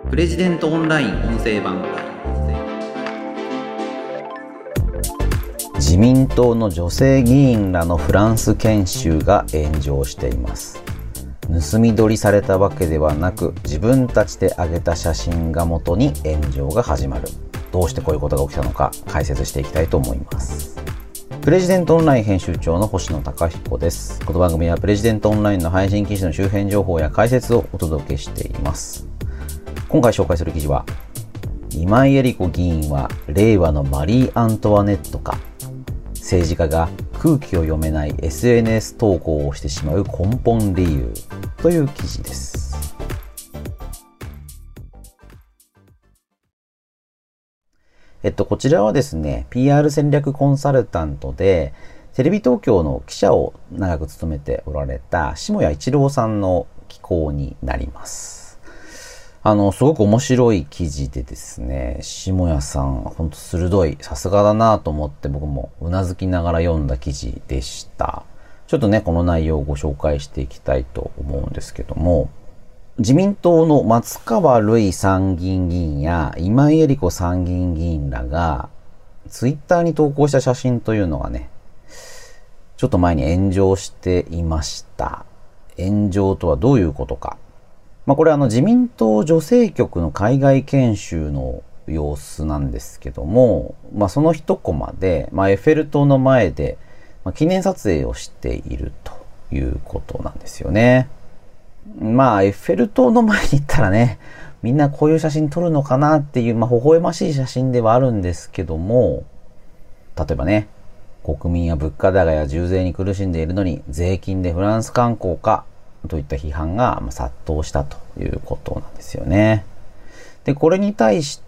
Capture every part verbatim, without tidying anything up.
プレジデントオンライン音声版。 自民党の女性議員らのフランス研修が炎上しています。盗み撮りされたわけではなく、自分たちで上げた写真が元に炎上が始まる。どうしてこういうことが起きたのか解説していきたいと思います。プレジデントオンライン編集長の星野貴彦です。この番組はプレジデントオンラインの配信記事の周辺情報や解説をお届けしています。今回紹介する記事は、今井絵理子議員は令和のマリー・アントワネットか、政治家が空気を読めない エスエヌエス 投稿をしてしまう根本理由という記事です。えっと、こちらはですね、ピーアール 戦略コンサルタントで、テレビ東京の記者を長く務めておられた下谷一郎さんの寄稿になります。あの、すごく面白い記事でですね、下谷さん、ほんと鋭い、さすがだなと思って僕もうなずきながら読んだ記事でした。ちょっとね、この内容をご紹介していきたいと思うんですけども、自民党の松川るい参議院議員や今井絵理子参議院議員らがツイッターに投稿した写真というのがね、ちょっと前に炎上していました。炎上とはどういうことか。まあこれはあの自民党女性局の海外研修の様子なんですけども、まあその一コマで、まあエッフェル塔の前で記念撮影をしているということなんですよね。まあエッフェル塔の前に行ったらね、みんなこういう写真撮るのかなっていう、まあ微笑ましい写真ではあるんですけども、例えばね、国民は物価高や重税に苦しんでいるのに税金でフランス観光かといった批判が殺到したということなんですよね。で、これに対して、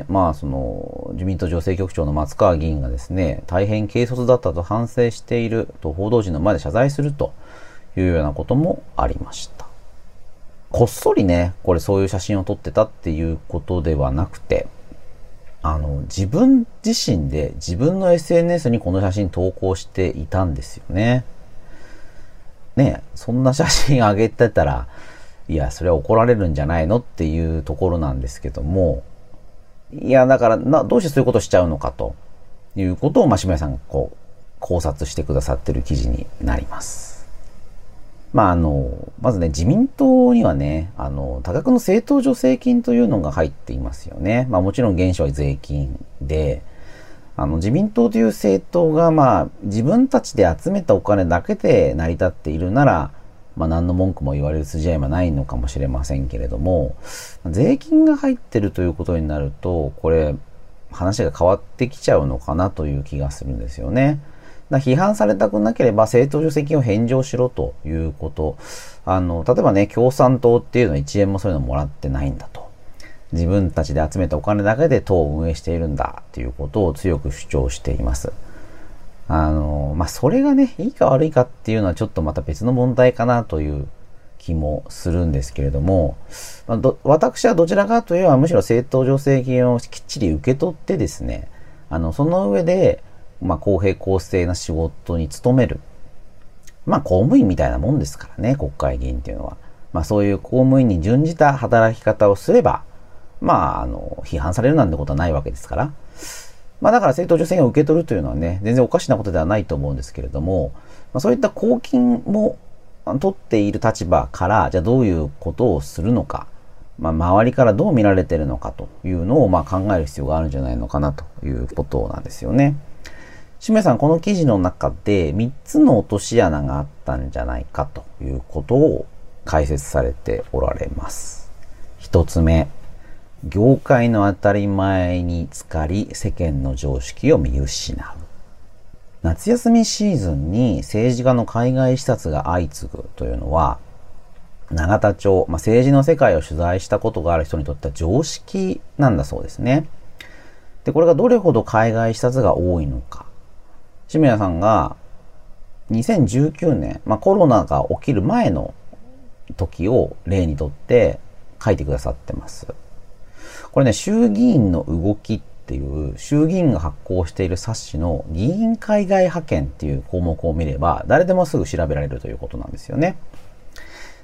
まあその自民党女性局長の松川議員がですね、大変軽率だったと反省していると報道陣の前で謝罪するというようなこともありました。こっそりね、これそういう写真を撮ってたっていうことではなくて、あの、自分自身で自分の エスエヌエス にこの写真投稿していたんですよね。ね、そんな写真上げてたら、いや、それは怒られるんじゃないのっていうところなんですけども、いや、だからな、どうしてそういうことしちゃうのかということを、まあ、下谷さんがこう、考察してくださってる記事になります。まあ、あの、まずね、自民党にはね、あの、多額の政党助成金というのが入っていますよね。まあ、もちろん原資は税金で、あの、自民党という政党が、まあ、自分たちで集めたお金だけで成り立っているなら、まあ、何の文句も言われる筋合いはないのかもしれませんけれども、税金が入ってるということになると、これ、話が変わってきちゃうのかなという気がするんですよね。だ批判されたくなければ政党助成金を返上しろということ。あの、例えばね、共産党っていうのはいちえんもそういうのもらってないんだと。自分たちで集めたお金だけで党を運営しているんだということを強く主張しています。あの、まあ、それがね、いいか悪いかっていうのはちょっとまた別の問題かなという気もするんですけれども、まあ、ど私はどちらかといえばむしろ政党助成金をきっちり受け取ってですね、あの、その上で、まあ、公平公正な仕事に努める。まあ、公務員みたいなもんですからね、国会議員っていうのは。まあ、そういう公務員に準じた働き方をすれば、まあ、あの、批判されるなんてことはないわけですから。まあ、だから政党助成金を受け取るというのはね、全然おかしなことではないと思うんですけれども、まあ、そういった公金も取っている立場から、じゃあどういうことをするのか、まあ、周りからどう見られているのかというのを、まあ、考える必要があるんじゃないのかなということなんですよね。下谷さん、この記事の中でみっつの落とし穴があったんじゃないかということを解説されておられます。一つ目、業界の当たり前に浸かり世間の常識を見失う。夏休みシーズンに政治家の海外視察が相次ぐというのは、永田町、まあ、政治の世界を取材したことがある人にとっては常識なんだそうですね。で、これがどれほど海外視察が多いのか。下谷さんがにせんじゅうきゅうねん、まあ、コロナが起きる前の時を例にとって書いてくださってます。これね、衆議院の動きっていう衆議院が発行している冊子の議員海外派遣っていう項目を見れば誰でもすぐ調べられるということなんですよね。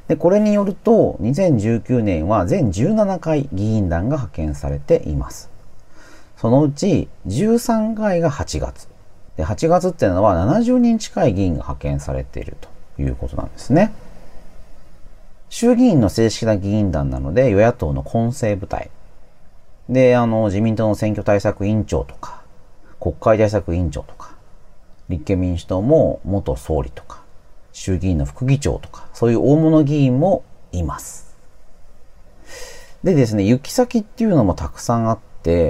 で、これによると、にせんじゅうきゅうねんは全じゅうななかい議員団が派遣されています。そのうちじゅうさんかいがはちがつ。で、はちがつっていうのはななじゅうにん近い議員が派遣されているということなんですね。衆議院の正式な議員団なので、与野党の混成部隊。で、あの、自民党の選挙対策委員長とか、国会対策委員長とか、立憲民主党も元総理とか、衆議院の副議長とか、そういう大物議員もいます。でですね、行き先っていうのもたくさんあって、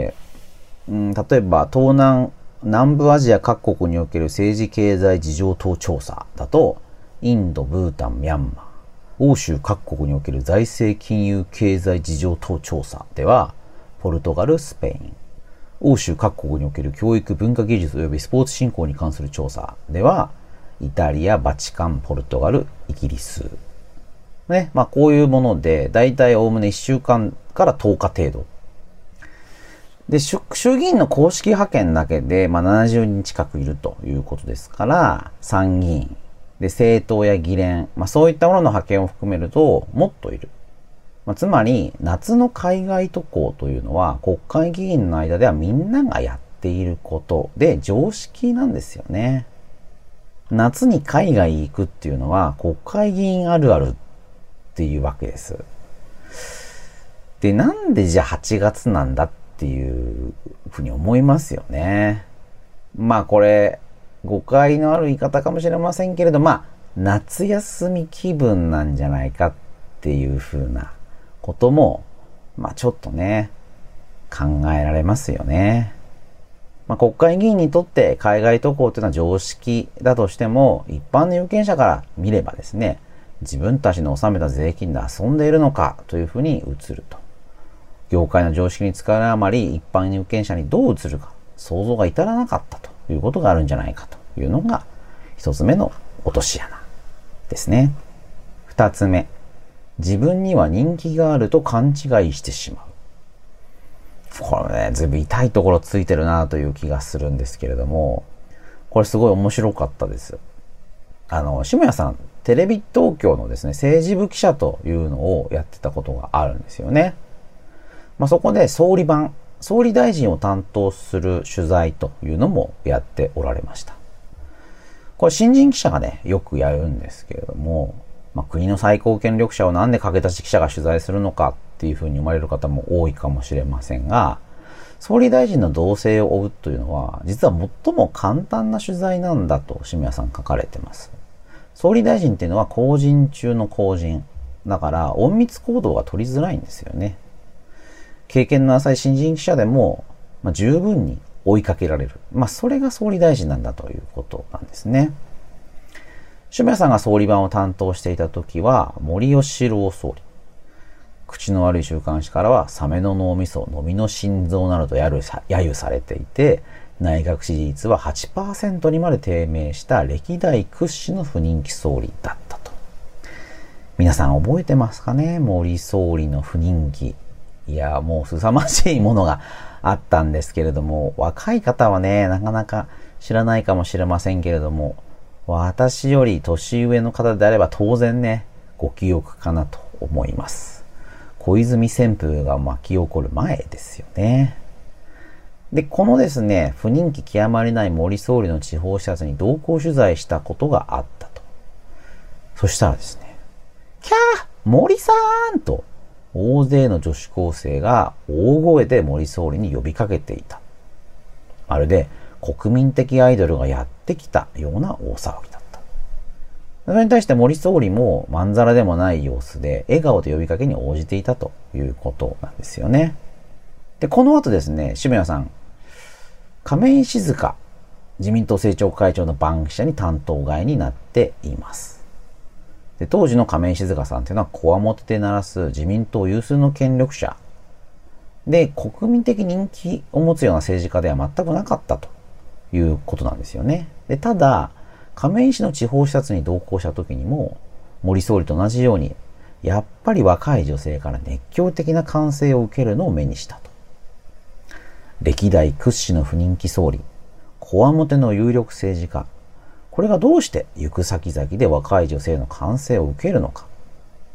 うん、例えば東南、南部アジア各国における政治経済事情等調査だと、インド、ブータン、ミャンマー、欧州各国における財政金融経済事情等調査では、ポルトガル、スペイン、欧州各国における教育、文化技術及びスポーツ振興に関する調査では、イタリア、バチカン、ポルトガル、イギリス。ね。まあこういうもので、だいたいおおむねいっしゅうかんからとおか程度。で、衆議院の公式派遣だけで、まあななじゅうにん近くいるということですから、参議院、で、政党や議連、まあそういったものの派遣を含めると、もっといる。まあ、つまり、夏の海外渡航というのは、国会議員の間ではみんながやっていることで、常識なんですよね。夏に海外行くっていうのは、国会議員あるあるっていうわけです。で、なんでじゃあはちがつなんだっていうふうに思いますよね。まあこれ、誤解のある言い方かもしれませんけれど、まあ、夏休み気分なんじゃないかっていうふうなことも、まあちょっとね、考えられますよね。まあ国会議員にとって海外渡航というのは常識だとしても、一般の有権者から見ればですね、自分たちの納めた税金で遊んでいるのかというふうに映ると。業界の常識に使うあまり、一般有権者にどう映るか、想像が至らなかったということがあるんじゃないかというのが、一つ目の落とし穴ですね。二つ目。自分には人気があると勘違いしてしまう。これね、ずいぶん痛いところついてるなという気がするんですけれども、これすごい面白かったです。あの、下谷さん、テレビ東京のですね、政治部記者というのをやってたことがあるんですよね。まあ、そこで総理版、総理大臣を担当する取材というのもやっておられました。これ新人記者がね、よくやるんですけれども、まあ、国の最高権力者をなんで駆け出し記者が取材するのかっていうふうに思われる方も多いかもしれませんが、総理大臣の動静を追うというのは、実は最も簡単な取材なんだと、下谷さん書かれてます。総理大臣っていうのは公人中の公人。だから、隠密行動が取りづらいんですよね。経験の浅い新人記者でも、まあ、十分に追いかけられる。まあ、それが総理大臣なんだということなんですね。下谷さんが総理版を担当していた時は、森喜朗総理。口の悪い週刊誌からは、サメの脳みそ、ノミの心臓などと揶揄されていて、内閣支持率は はちパーセント にまで低迷した歴代屈指の不人気総理だったと。皆さん覚えてますかね？森総理の不人気。いや、もう凄まじいものがあったんですけれども、若い方はね、なかなか知らないかもしれませんけれども、私より年上の方であれば当然ね、ご記憶かなと思います。小泉旋風が巻き起こる前ですよね。で、このですね、不人気極まりない森総理の地方視察に同行取材したことがあったと。そしたらですね、キャー森さーんと大勢の女子高生が大声で森総理に呼びかけていた。まるで国民的アイドルがやってきたような大騒ぎだった。それに対して森総理もまんざらでもない様子で笑顔で呼びかけに応じていたということなんですよね。で、この後ですね、下谷さん、亀井静香自民党政調会長の番記者に担当外になっています。で、当時の亀井静香さんというのはこわもてで鳴らす自民党有数の権力者で、国民的人気を持つような政治家では全くなかったということなんですよね。で、ただ亀井氏の地方視察に同行した時にも森総理と同じようにやっぱり若い女性から熱狂的な歓声を受けるのを目にしたと。歴代屈指の不人気総理、こわもての有力政治家、これがどうして行く先々で若い女性の歓声を受けるのか。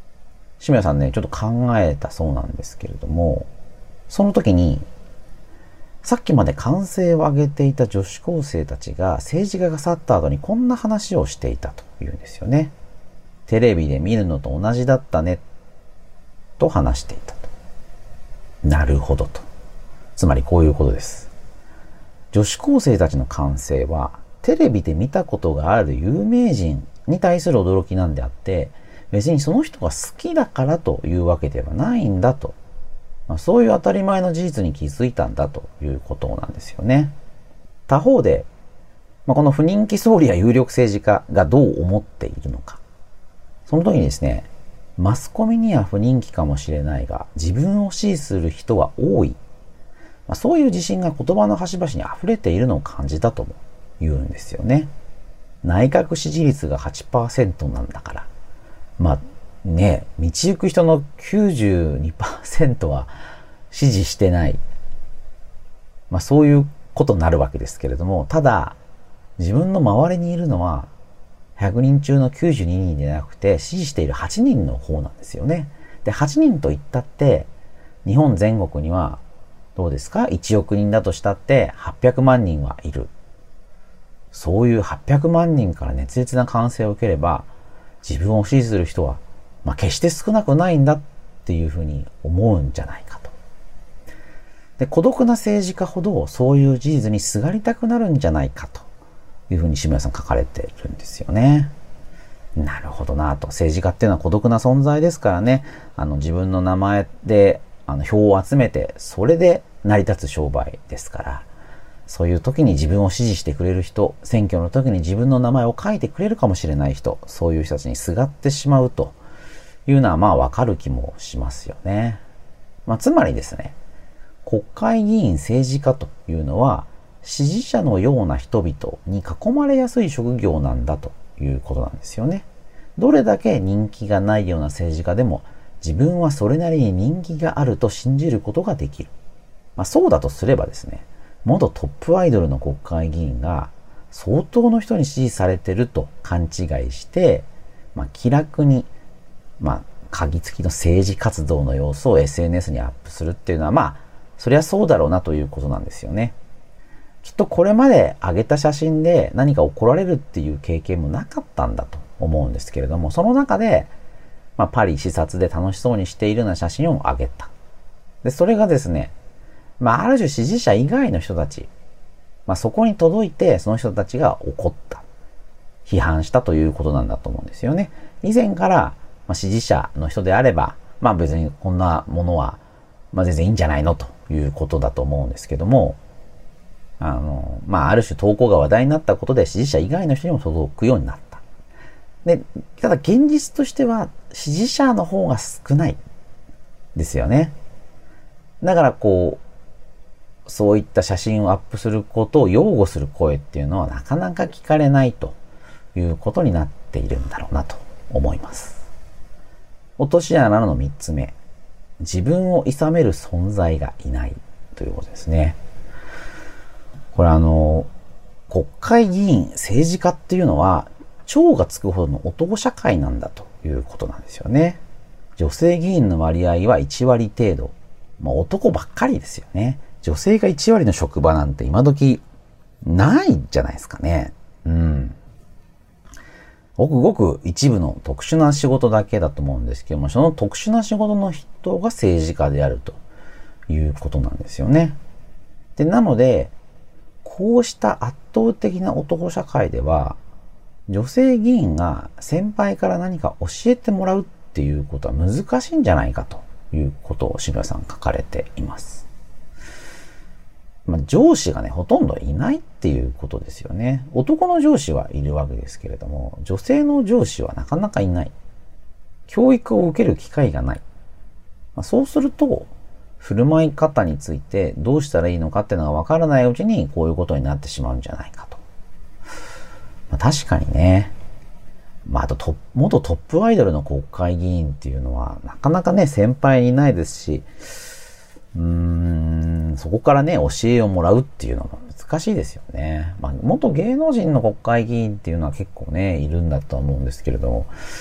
渋谷さんね、ちょっと考えたそうなんですけれども、その時に、さっきまで歓声を上げていた女子高生たちが政治家が去った後にこんな話をしていたというんですよね。テレビで見るのと同じだったね、と話していたと。なるほどと。つまりこういうことです。女子高生たちの歓声は、テレビで見たことがある有名人に対する驚きなんであって、別にその人が好きだからというわけではないんだと。まあ、そういう当たり前の事実に気づいたんだということなんですよね。他方で、まあ、この不人気総理や有力政治家がどう思っているのか。その時にですね、マスコミには不人気かもしれないが、自分を支持する人は多い。まあ、そういう自信が言葉の端々に溢れているのを感じたとも言うんですよね。内閣支持率が はちパーセント なんだから。まあね、道行く人の きゅうじゅうにパーセント は支持してない。まあそういうことになるわけですけれども、ただ自分の周りにいるのはひゃくにん中のきゅうじゅうににんでなくて支持しているはちにんの方なんですよね。で、はちにんと言ったって日本全国にはどうですか？いちおくにんだとしたってはっぴゃくまんにんはいる。そういうはっぴゃくまんにんから熱烈な歓声を受ければ、自分を支持する人は、まあ、決して少なくないんだっていうふうに思うんじゃないかと。で、孤独な政治家ほどそういう事実にすがりたくなるんじゃないかというふうに渋谷さん書かれてるんですよね。なるほどなと。政治家っていうのは孤独な存在ですからね。あの自分の名前であの票を集めて、それで成り立つ商売ですから。そういう時に自分を支持してくれる人、選挙の時に自分の名前を書いてくれるかもしれない人、そういう人たちにすがってしまうというのはまあわかる気もしますよね。まあつまりですね、国会議員政治家というのは支持者のような人々に囲まれやすい職業なんだということなんですよね。どれだけ人気がないような政治家でも自分はそれなりに人気があると信じることができる。まあそうだとすればですね、元トップアイドルの国会議員が相当の人に支持されてると勘違いして、まあ、気楽に、まあ、鍵付きの政治活動の様子を エスエヌエス にアップするっていうのは、まあ、そりゃそうだろうなということなんですよね。きっとこれまで上げた写真で何か怒られるっていう経験もなかったんだと思うんですけれども、その中で、まあ、パリ視察で楽しそうにしているような写真を上げた。で、それがですね、まあ、ある種支持者以外の人たち、まあ、そこに届いて、その人たちが怒った。批判したということなんだと思うんですよね。以前から、まあ、支持者の人であれば、まあ別にこんなものは、まあ全然いいんじゃないのということだと思うんですけども、あの、まあある種投稿が話題になったことで支持者以外の人にも届くようになった。で、ただ現実としては支持者の方が少ないですよね。だからこう、そういった写真をアップすることを擁護する声っていうのはなかなか聞かれないということになっているんだろうなと思います。落とし穴のみっつめ。自分を諌める存在がいないということですね。これあの、国会議員、政治家っていうのは超がつくほどの男社会なんだということなんですよね。女性議員の割合はいちわり程度。まあ男ばっかりですよね。女性がいちわりの職場なんて今時ないんじゃないですかね。うん。ごくごく一部の特殊な仕事だけだと思うんですけども、その特殊な仕事の人が政治家であるということなんですよね。で、なので、こうした圧倒的な男社会では、女性議員が先輩から何か教えてもらうっていうことは難しいんじゃないかということを渋谷さん書かれています。まあ、上司がね、ほとんどいないっていうことですよね。男の上司はいるわけですけれども、女性の上司はなかなかいない。教育を受ける機会がない。まあ、そうすると、振る舞い方についてどうしたらいいのかっていうのがわからないうちにこういうことになってしまうんじゃないかと。まあ、確かにね。まあ、あとト、元トップアイドルの国会議員っていうのはなかなかね、先輩いないですし、うーん、そこからね、教えをもらうっていうのも難しいですよね。まあ、元芸能人の国会議員っていうのは結構ね、いるんだと思うんですけれども、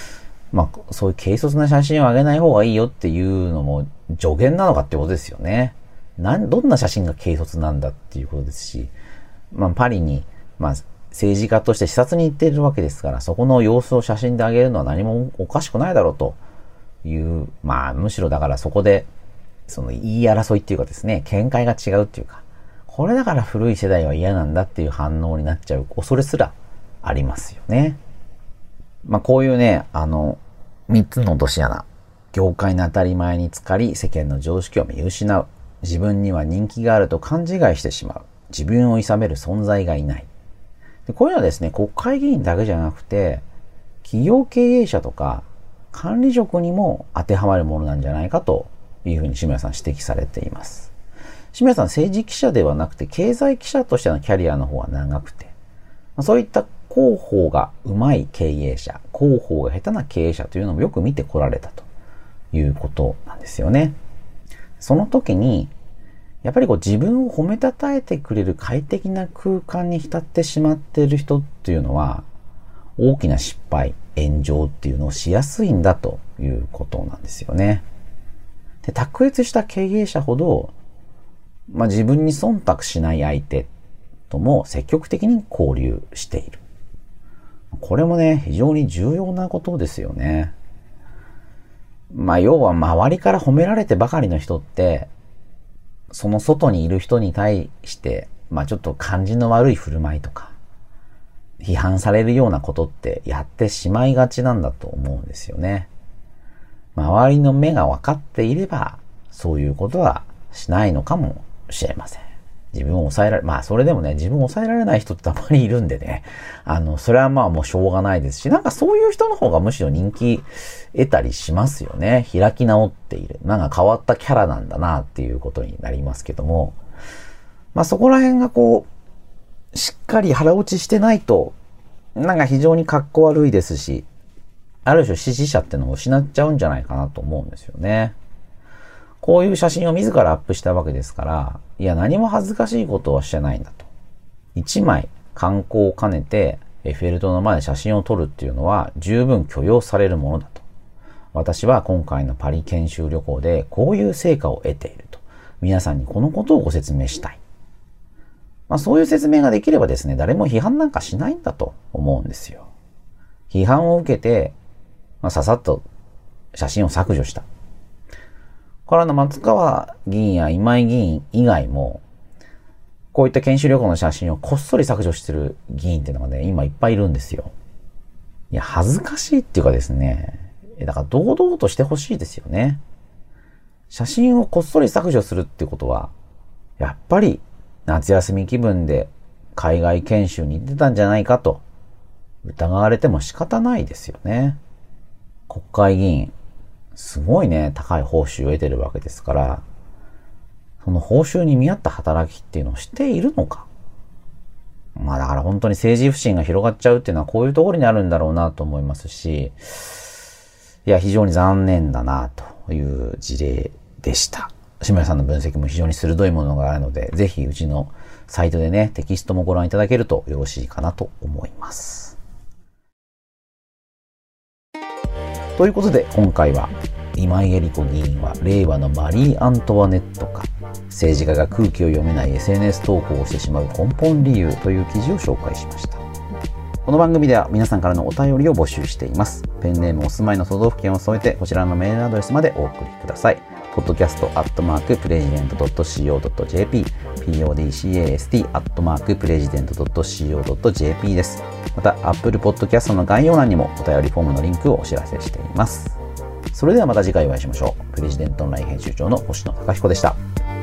まあ、そういう軽率な写真を上げない方がいいよっていうのも助言なのかってことですよね。なん、どんな写真が軽率なんだっていうことですし、まあ、パリに、まあ、政治家として視察に行っているわけですから、そこの様子を写真で上げるのは何もおかしくないだろうという、まあ、むしろだからそこで、その言い争いっていうかですね、見解が違うっていうか、これだから古い世代は嫌なんだっていう反応になっちゃう恐れすらありますよね。まあこういうね、あの、三つの落とし穴。業界の当たり前に浸かり、世間の常識を見失う。自分には人気があると勘違いしてしまう。自分を諌める存在がいない。でこういうのはですね、国会議員だけじゃなくて、企業経営者とか管理職にも当てはまるものなんじゃないかというふうに志村さん指摘されています。志村さん政治記者ではなくて経済記者としてのキャリアの方が長くて、そういった広報が上手い経営者、広報が下手な経営者というのもよく見てこられたということなんですよね。その時に、やっぱりこう自分を褒めたたえてくれる快適な空間に浸ってしまっている人っていうのは、大きな失敗、炎上っていうのをしやすいんだということなんですよね。で、卓越した経営者ほど、まあ、自分に忖度しない相手とも積極的に交流している。これもね、非常に重要なことですよね。まあ、要は周りから褒められてばかりの人って、その外にいる人に対して、まあちょっと感じの悪い振る舞いとか、批判されるようなことってやってしまいがちなんだと思うんですよね。周りの目が分かっていれば、そういうことはしないのかもしれません。自分を抑えられ、まあそれでもね、自分を抑えられない人ってたまにいるんでね、あの、それはまあもうしょうがないですし、なんかそういう人の方がむしろ人気得たりしますよね。開き直っている。なんか変わったキャラなんだなっていうことになりますけども、まあそこら辺がこう、しっかり腹落ちしてないと、なんか非常に格好悪いですし、ある種支持者ってのを失っちゃうんじゃないかなと思うんですよね。こういう写真を自らアップしたわけですから、いや何も恥ずかしいことはしてないんだと。一枚観光を兼ねてエッフェル塔の前で写真を撮るっていうのは十分許容されるものだと。私は今回のパリ研修旅行でこういう成果を得ていると。皆さんにこのことをご説明したい。まあそういう説明ができればですね、誰も批判なんかしないんだと思うんですよ。批判を受けて、まあ、ささっと写真を削除した。これは松川議員や今井議員以外も、こういった研修旅行の写真をこっそり削除してる議員っていうのがね、今いっぱいいるんですよ。いや、恥ずかしいっていうかですね、だから堂々としてほしいですよね。写真をこっそり削除するってことは、やっぱり夏休み気分で海外研修に行ってたんじゃないかと疑われても仕方ないですよね。国会議員、すごいね、高い報酬を得てるわけですから、その報酬に見合った働きっていうのをしているのか。まあだから本当に政治不信が広がっちゃうっていうのはこういうところにあるんだろうなと思いますし、いや、非常に残念だなという事例でした。志村さんの分析も非常に鋭いものがあるので、ぜひうちのサイトでね、テキストもご覧いただけるとよろしいかなと思います。ということで今回は今井絵理子議員は令和のマリー・アントワネットか、政治家が空気を読めない エスエヌエス 投稿をしてしまう根本理由という記事を紹介しました。この番組では皆さんからのお便りを募集しています。ペンネームお住まいの都道府県を添えてこちらのメールアドレスまでお送りください。ポッドキャストアットマークプレジデントドットシーオードットジェーピー ポッドキャストアットマークプレジデントドットシーオードットジェーピー です。また Apple Podcast の概要欄にもお便りフォームのリンクをお知らせしています。それではまた次回お会いしましょう。プレジデントオンライン編集長の星野貴彦でした。